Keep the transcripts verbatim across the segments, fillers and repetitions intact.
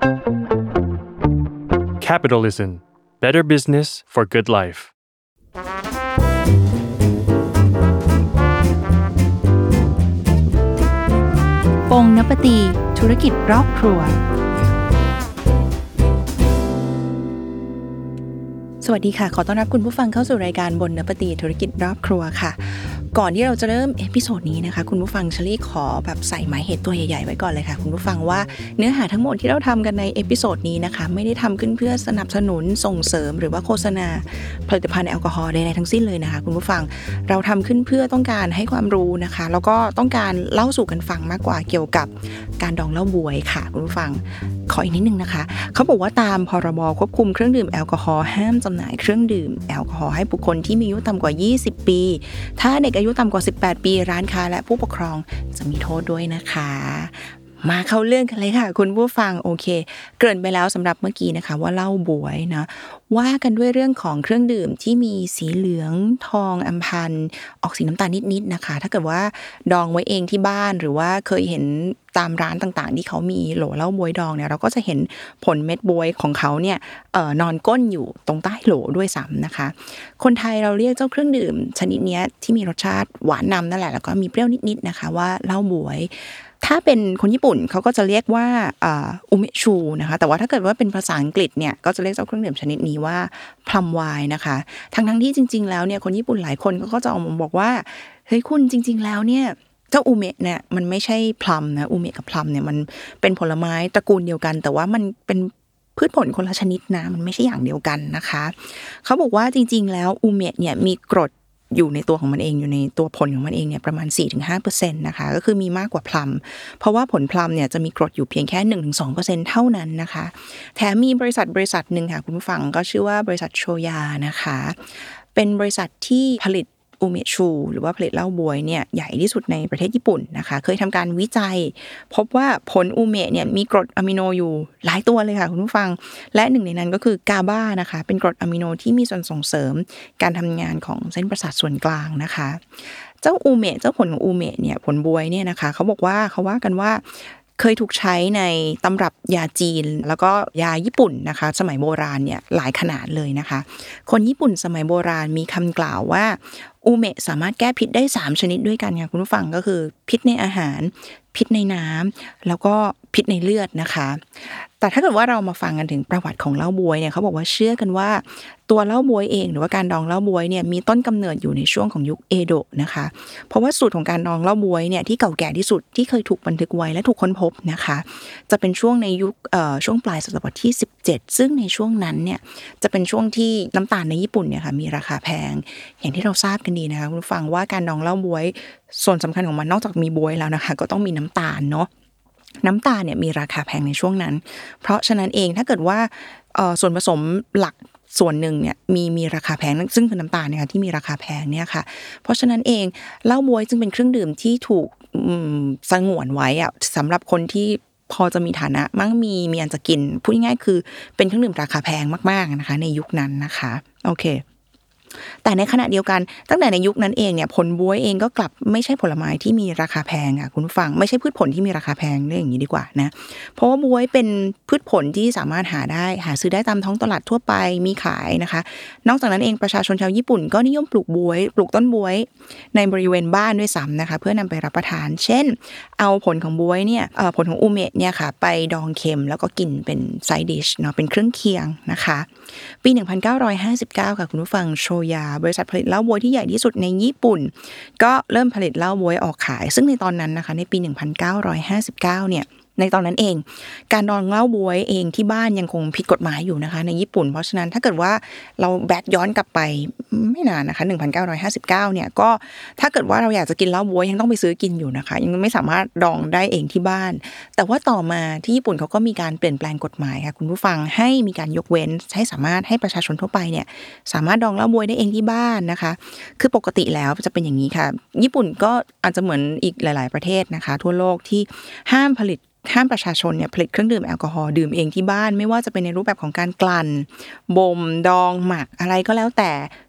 Capitalism. Better business for good life. ปงนปตีธุรกิจรอบครัวสวัสดีค่ะขอต้อนรับคุณผู้ฟังเข้าสู่รายการบนนปตีธุรกิจรอบครัวค่ะก่อนที่เราจะเริ่มเอพิโซดนี้นะคะคุณผู้ฟังเชลี่ขอแบบใส่หมายเหตุตัวใหญ่ๆไว้ก่อนเลยค่ะคุณผู้ฟังว่าเนื้อหาทั้งหมดที่เราทำกันในเอพิโซดนี้นะคะไม่ได้ทำขึ้นเพื่อสนับสนุนส่งเสริมหรือว่าโฆษณาผลิตภัณฑ์แอลกอฮอล์ใดๆทั้งสิ้นเลยนะคะคุณผู้ฟังเราทำขึ้นเพื่อต้องการให้ความรู้นะคะแล้วก็ต้องการเล่าสู่กันฟังมากกว่าเกี่ยวกับการดองเหล้าบวยค่ะคุณผู้ฟังขออีกนิดนึงนะคะเขาบอกว่าตามพรบควบคุมเครื่องดื่มแอลกอฮอล์ห้ามจำหน่ายเครื่องดื่มแอลกอฮอล์ให้บุคคลที่มีอายุต่ำกว่ายี่สิบปีถ้าเด็กอายุต่ำกว่าสิบแปดปีร้านค้าและผู้ปกครองจะมีโทษด้วยนะคะมาเข้าเรื่องกันเลยค่ะคุณผู้ฟังโอเคเกริ่นไปแล้วสำหรับเมื่อกี้นะคะว่าเหล้าบวยนะว่ากันด้วยเรื่องของเครื่องดื่มที่มีสีเหลืองทองอำพันออกสีน้ำตาลนิดๆนะคะถ้าเกิดว่าดองไว้เองที่บ้านหรือว่าเคยเห็นตามร้านต่างๆที่เขามีโหลเหล้าบวยดองเนี่ยเราก็จะเห็นผลเม็ดบวยของเขาเนี่ยเอ่อนอนก้นอยู่ตรงใต้โหลด้วยซ้ำนะคะคนไทยเราเรียกเจ้าเครื่องดื่มชนิดนี้ที่มีรสชาติหวานนำนั่นแหละแล้วก็มีเปรี้ยวนิดๆนะคะว่าเหล้าบวยถ้าเป็นคนญี่ปุ่นเขาก็จะเรียกว่าอุเมชูนะคะแต่ว่าถ้าเกิดว่าเป็นภาษาอังกฤษเนี่ยก็จะเรียกเจ้าเครื่องดื่มชนิดนี้ว่าพลัมไวน์นะคะทั้งๆที่จริงๆแล้วเนี่ยคนญี่ปุ่นหลายคนก็จะออกมาบอกว่าเฮ้ยคุณจริงๆแล้วเนี่ยเจ้าอูเมะเนี่ยมันไม่ใช่พลัมนะอูเมะกับพลัมเนี่ยมันเป็นผลไม้ตระกูลเดียวกันแต่ว่ามันเป็นพืชผลคนละชนิดนะมันไม่ใช่อย่างเดียวกันนะคะเขาบอกว่าจริงๆแล้วอูเมะเนี่ยมีกรดอยู่ในตัวของมันเองอยู่ในตัวผลของมันเองเนี่ยประมาณ สี่ถึงห้าเปอร์เซ็นต์ นะคะก็คือมีมากกว่าพลัมเพราะว่าผลพลัมเนี่ยจะมีกรดอยู่เพียงแค่ หนึ่งถึงสองเปอร์เซ็นต์ เท่านั้นนะคะแถมมีบริษัทบริษัทนึงค่ะคุณผู้ฟังก็ชื่อว่าบริษัทโชยานะคะเป็นบริษัทที่ผลิตอูเมชูหรือว่าผลิตเหล้าบวยเนี่ยใหญ่ที่สุดในประเทศญี่ปุ่นนะคะเคยทำการวิจัยพบว่าผลอูเมะเนี่ยมีกรดอะมิโนอยู่หลายตัวเลยค่ะคุณผู้ฟังและหนึ่งในนั้นก็คือกาบานะคะเป็นกรดอะมิโนที่มีส่วนส่งเสริมการทำงานของเส้นประสาทส่วนกลางนะคะเจ้าอูเมะเจ้าผลของอูเมะเนี่ยผลบวยเนี่ยนะคะเขาบอกว่าเขาว่ากันว่าเคยถูกใช้ในตำรับยาจีนแล้วก็ยาญี่ปุ่นนะคะสมัยโบราณเนี่ยหลายขนาดเลยนะคะคนญี่ปุ่นสมัยโบราณมีคำกล่าวว่าอูเมะสามารถแก้พิษได้สามชนิดด้วยกันค่ะคุณผู้ฟังก็คือพิษในอาหารพิษในน้ำแล้วก็พิษในเลือดนะคะแต่ถ้าเกิดว่าเรามาฟังกันถึงประวัติของเหล้าบวยเนี่ยเขาบอกว่าเชื่อกันว่าตัวเหล้าบวยเองหรือว่าการดองเหล้าบวยเนี่ยมีต้นกำเนิดอยู่ในช่วงของยุคเอโดะนะคะเพราะว่าสูตรของการดองเหล้าบวยเนี่ยที่เก่าแก่ที่สุดที่เคยถูกบันทึกไว้และถูกค้นพบนะคะจะเป็นช่วงในยุคเอ่อช่วงปลายศตวรรษที่สิบเจ็ดซึ่งในช่วงนั้นเนี่ยจะเป็นช่วงที่น้ำตาลในญี่ปุ่นเนี่ยค่ะมีราคาแพงอย่างที่เราทราบกันดีนะคะคุณผู้ฟังว่าการดองเหล้าบวยส่วนสำคัญของมันนอกจากมีบวยแล้วนะคะก็ต้องมีน้ำตาลเนาะน้ำตาลเนี่ยมีราคาแพงในช่วงนั้นเพราะฉะนั้นเองถ้าเกิดว่าเอ่อส่วนผสมหลักส่วนหนึ่งเนี่ยมีมีราคาแพงซึ่งคือน้ำตาลเนี่ยที่มีราคาแพงเนี่ยค่ะเพราะฉะนั้นเองเหล้าบวยจึงเป็นเครื่องดื่มที่ถูกสงวนไว้อะสำหรับคนที่พอจะมีฐานะมั่งมีมีอันจะกินพูดง่ายๆคือเป็นเครื่องดื่มราคาแพงมากๆนะคะในยุคนั้นนะคะโอเคแต่ในขณะเดียวกันตั้งแต่ในยุคนั้นเองเนี่ยผลบ๊วยเองก็กลับไม่ใช่ผลไม้ที่มีราคาแพงอ่ะคุณผู้ฟังไม่ใช่พืชผลที่มีราคาแพงเรียกอย่างนี้ดีกว่านะเพราะว่าบ๊วยเป็นพืชผลที่สามารถหาได้หาซื้อได้ตามท้องตลาดทั่วไปมีขายนะคะนอกจากนั้นเองประชาชนชาวญี่ปุ่นก็นิยมปลูกบ๊วยปลูกต้นบ๊วยในบริเวณบ้านด้วยซ้ำนะคะเพื่อนำไปรับประทานเช่นเอาผลของบ๊วยเนี่ยเอ่อผลของอูเมะเนี่ยค่ะไปดองเค็มแล้วก็กินเป็นไซด์ดิชเนาะเป็นเครื่องเคียงนะคะปีหนึ่งพันเก้าร้อยห้าสิบเก้าค่ะคุณผู้ฟังโชยาบริษัทผลิตเหล้าบ๊วยที่ใหญ่ที่สุดในญี่ปุ่นก็เริ่มผลิตเหล้าบ๊วยออกขายซึ่งในตอนนั้นนะคะในปีหนึ่งพันเก้าร้อยห้าสิบเก้าเนี่ยในตอนนั้นเองการดองเหล้าบ๊วยเองที่บ้านยังคงผิดกฎหมายอยู่นะคะในญี่ปุ่นเพราะฉะนั้นถ้าเกิดว่าเราแบ็คย้อนกลับไปไม่นานนะคะหนึ่งพันเก้าร้อยห้าสิบเก้าเนี่ยก็ถ้าเกิดว่าเราอยากจะกินเหล้าบ๊วยยังต้องไปซื้อกินอยู่นะคะยังไม่สามารถดองได้เองที่บ้านแต่ว่าต่อมาที่ญี่ปุ่นเขาก็มีการเปลี่ยนแปลงกฎหมายค่ะคุณผู้ฟังให้มีการยกเว้นให้สามารถให้ประชาชนทั่วไปเนี่ยสามารถดองเหล้าบ๊วยได้เองที่บ้านนะคะคือปกติแล้วจะเป็นอย่างนี้ค่ะญี่ปุ่นก็อาจจะเหมือนอีกหลายๆประเทศนะคะทั่วโลกที่ห้ามผลิตห้ามประชาชนเนี่ยผลิตเครื่องดื่มแอลกอฮอล์ดื่มเองที่บ้านไม่ว่าจะเป็นในรูปแบบของการกลั่นบ่มดองหมักอะไรก็แล้วแต่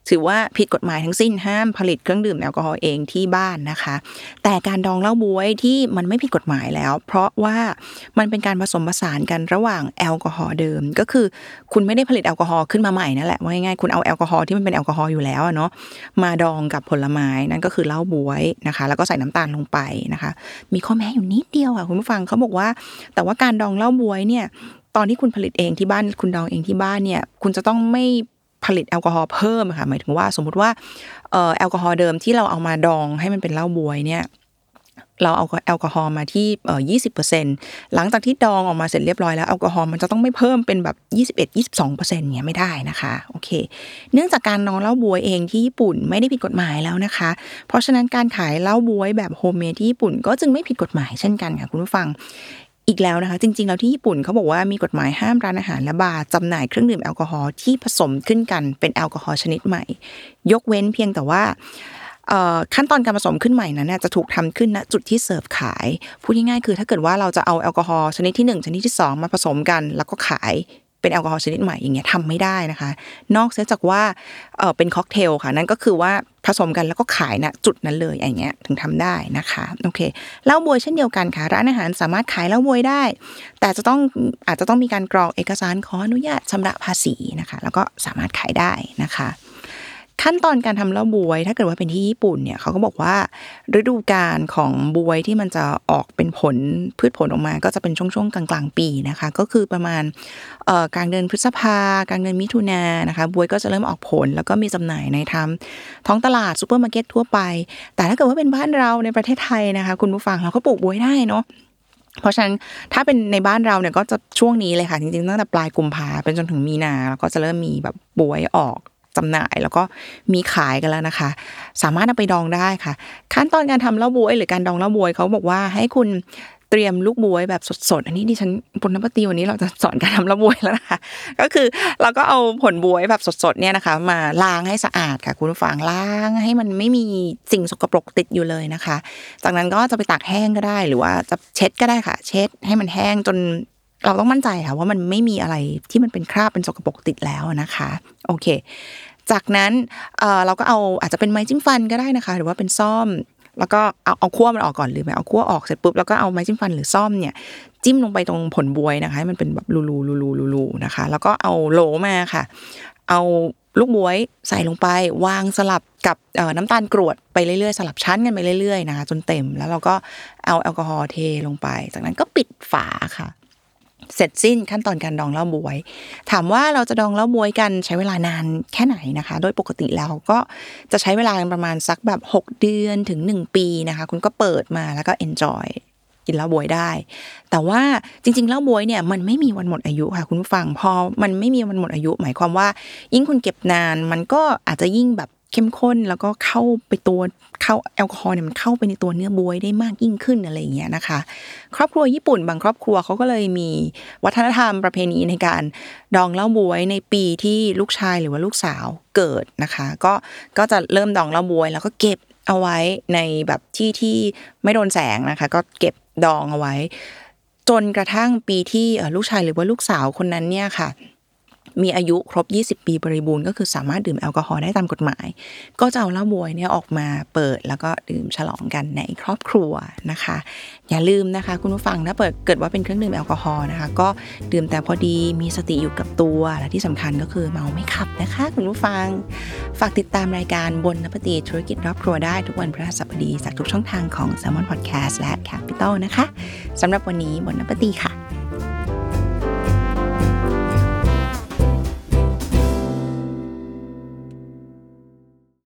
ถือว่าผิดกฎหมายทั้งสิ้นห้ามผลิตเครื่องดื่มแอลกอฮอล์เองที่บ้านนะคะแต่การดองเหล้าบ๊วยที่มันไม่ผิดกฎหมายแล้วเพราะว่ามันเป็นการผสมผสานกันระหว่างแอลกอฮอล์เดิมก็คือคุณไม่ได้ผลิตแอลกอฮอล์ขึ้นมาใหม่นั่นแหละว่าง่ายๆคุณเอาแอลกอฮอล์ที่มันเป็นแอลกอฮอล์อยู่แล้วเนาะมาดองกับผลไม้นั่นก็คือเหล้าบ๊วยนะคะแล้วก็ใส่น้ำตาลลงไปนะคะมีข้อแม้อยู่นิดเดียวค่ะคุณผู้ฟังเขาบอกว่าแต่ว่าการดองเหล้าบ๊วยเนี่ยตอนที่คุณผลิตเองที่บ้านคุณดองเองที่บ้านเนี่ยคุณจะต้องไม่ผลิตแอลกอฮอล์เพิ่มค่ะหมายถึงว่าสมมุติว่าเอ่อแอลกอฮอล์เดิมที่เราเอามาดองให้มันเป็นเหล้าบ๊วยเนี่ยเราเอาแอลกอฮอล์มาที่เอ่อ ยี่สิบเปอร์เซ็นต์ หลังจากที่ดองออกมาเสร็จเรียบร้อยแล้วแอลกอฮอล์มันจะต้องไม่เพิ่มเป็นแบบ ยี่สิบเอ็ด ยี่สิบสองเปอร์เซ็นต์ เงี้ยไม่ได้นะคะโอเคเนื่องจากการดองเหล้าบ๊วยเองที่ญี่ปุ่นไม่ได้ผิดกฎหมายแล้วนะคะเพราะฉะนั้นการขายเหล้าบ๊วยแบบโฮมเมดที่ญี่ปุ่นก็จึงไม่ผิดกฎหมายเช่นกันค่ะคุณผู้ฟังอีกแล้วนะคะจริงๆแล้วที่ญี่ปุ่นเขาบอกว่ามีกฎหมายห้ามร้านอาหารและบาร์จำหน่ายเครื่องดื่มแอลกอฮอล์ที่ผสมขึ้นกันเป็นแอลกอฮอล์ชนิดใหม่ยกเว้นเพียงแต่ว่าขั้นตอนการผสมขึ้นใหม่นั้นจะถูกทำขึ้นณจุดที่เสิร์ฟขายพูดง่ายๆคือถ้าเกิดว่าเราจะเอาแอลกอฮอล์ชนิดที่หนึ่งชนิดที่สองมาผสมกันแล้วก็ขายเป็นแอลกอฮอล์ชนิดใหม่อย่างเงี้ยทำไม่ได้นะคะนอกจากว่าเออเป็นค็อกเทลค่ะนั่นก็คือว่าผสมกันแล้วก็ขายณจุดนั้นเลยอย่างเงี้ยถึงทำได้นะคะโอเคเหล้าบ๊วยเช่นเดียวกันค่ะร้านอาหารสามารถขายเหล้าบ๊วยได้แต่จะต้องอาจจะต้องมีการกรอกเอกสารขออนุญาตชำระภาษีนะคะแล้วก็สามารถขายได้นะคะขั้นตอนการทำเหล้าบ๊วยถ้าเกิดว่าเป็นที่ญี่ปุ่นเนี่ยเขาก็บอกว่าฤดูกาลของบ๊วยที่มันจะออกเป็นผลพืชผลออกมาก็จะเป็นช่วงๆกลางๆปีนะคะก็คือประมาณเอ่อกลางเดือนพฤษภากลางเดือนมิถุนายนนะคะบ๊วยก็จะเริ่มออกผลแล้วก็มีจำหน่ายในทางท้องตลาดซุปเปอร์มาร์เก็ตทั่วไปแต่ถ้าเกิดว่าเป็นบ้านเราในประเทศไทยนะคะคุณผู้ฟังเราก็ปลูกบ๊วยได้เนาะเพราะฉะนั้นถ้าเป็นในบ้านเราเนี่ยก็จะช่วงนี้เลยค่ะจริงๆตั้งแต่ปลายกุมภาพันธ์เป็นจนถึงมีนาแล้วก็จะเริ่มมีแบบบ๊วยออกจำหน่ายแล้วก็มีขายกันแล้วนะคะสามารถเอาไปดองได้ค่ะขั้นตอนการทำเหล้าบ๊วยหรือการดองเหล้าบ๊วยเขาบอกว่าให้คุณเตรียมลูกบ๊วยแบบสดๆอันนี้ดิฉันบนน้ำปตีวันนี้เราจะสอนการทำเหล้าบ๊วยแล้วนะคะก็คือเราก็เอาผลบ๊วยแบบสดๆเนี่ยนะคะมาล้างให้สะอาดค่ะคุณผู้ฟังล้างให้มันไม่มีสิ่งสกปรกติดอยู่เลยนะคะจากนั้นก็จะไปตากแห้งก็ได้หรือว่าจะเช็ดก็ได้ค่ะเช็ดให้มันแห้งจนเราต้องมั่นใจค่ะว่ามันไม่มีอะไรที่มันเป็นคราบเป็นสกปรกติดแล้วนะคะโอเคจากนั้นเอ่อเราก็เอาอาจจะเป็นไม้จิ้มฟันก็ได้นะคะหรือว่าเป็นซ่อมแล้วก็เอาเอาคั่วมันออกก่อนหรือไม่เอาคั่วออกเสร็จปุ๊บแล้วก็เอาไม้จิ้มฟันหรือซ่อมเนี่ยจิ้มลงไปตรงผลบ๊วยนะคะให้มันเป็นแบบรูๆๆๆๆนะคะแล้วก็เอาโหลมาค่ะเอาลูกบ๊วยใส่ลงไปวางสลับกับเอ่อน้ำตาลกรวดไปเรื่อยๆสลับชั้นกันไปเรื่อยๆนะคะจนเต็มแล้วเราก็เอาแอลกอฮอล์เทลงไปจากนั้นก็ปิดฝาค่ะเสร็จสิ้นขั้นตอนการดองเหล้าบ๊วยถามว่าเราจะดองเหล้าบ๊วยกันใช้เวลานานแค่ไหนนะคะโดยปกติแล้วก็จะใช้เวลาประมาณสักแบบหกเดือนถึงหนึ่งปีนะคะคุณก็เปิดมาแล้วก็ enjoy กินเหล้าบ๊วยได้แต่ว่าจริงๆเหล้าบ๊วยเนี่ยมันไม่มีวันหมดอายุค่ะคุณผู้ฟังพอมันไม่มีวันหมดอายุหมายความว่ายิ่งคุณเก็บนานมันก็อาจจะยิ่งแบบเข้มข้นแล้วก็เข้าไปตัวเข้าแอลกอฮอล์เนี่ยมันเข้าไปในตัวเนื้อบ๊วยได้มากยิ่งขึ้นอะไรอย่างเงี้ยนะคะครอบครัวญี่ปุ่นบางครอบครัวเขาก็เลยมีวัฒนธรรมประเพณีในการดองเหล้าบ๊วยในปีที่ลูกชายหรือว่าลูกสาวเกิดนะคะก็ก็จะเริ่มดองเหล้าบ๊วยแล้วก็เก็บเอาไว้ในแบบที่ที่ไม่โดนแสงนะคะก็เก็บดองเอาไว้จนกระทั่งปีที่ลูกชายหรือว่าลูกสาวคนนั้นเนี่ยค่ะมีอายุครบยี่สิบปีบริบูรณ์ก็คือสามารถดื่มแอลกอฮอล์ได้ตามกฎหมายก็จะเอาเหล้าบ๊วยเนี่ยออกมาเปิดแล้วก็ดื่มฉลองกันในครอบครัวนะคะอย่าลืมนะคะคุณผู้ฟังถ้าเปิดเกิดว่าเป็นเครื่องดื่มแอลกอฮอล์นะคะก็ดื่มแต่พอดีมีสติอยู่กับตัวและที่สำคัญก็คือเมาไม่ขับนะคะคุณผู้ฟังฝากติดตามรายการบนนปตีธุรกิจรอบครัวได้ทุกวันพฤหัสบดีจากทุกช่องทางของ Salmon Podcast และ Capital นะคะสำหรับวันนี้บนนปตีค่ะ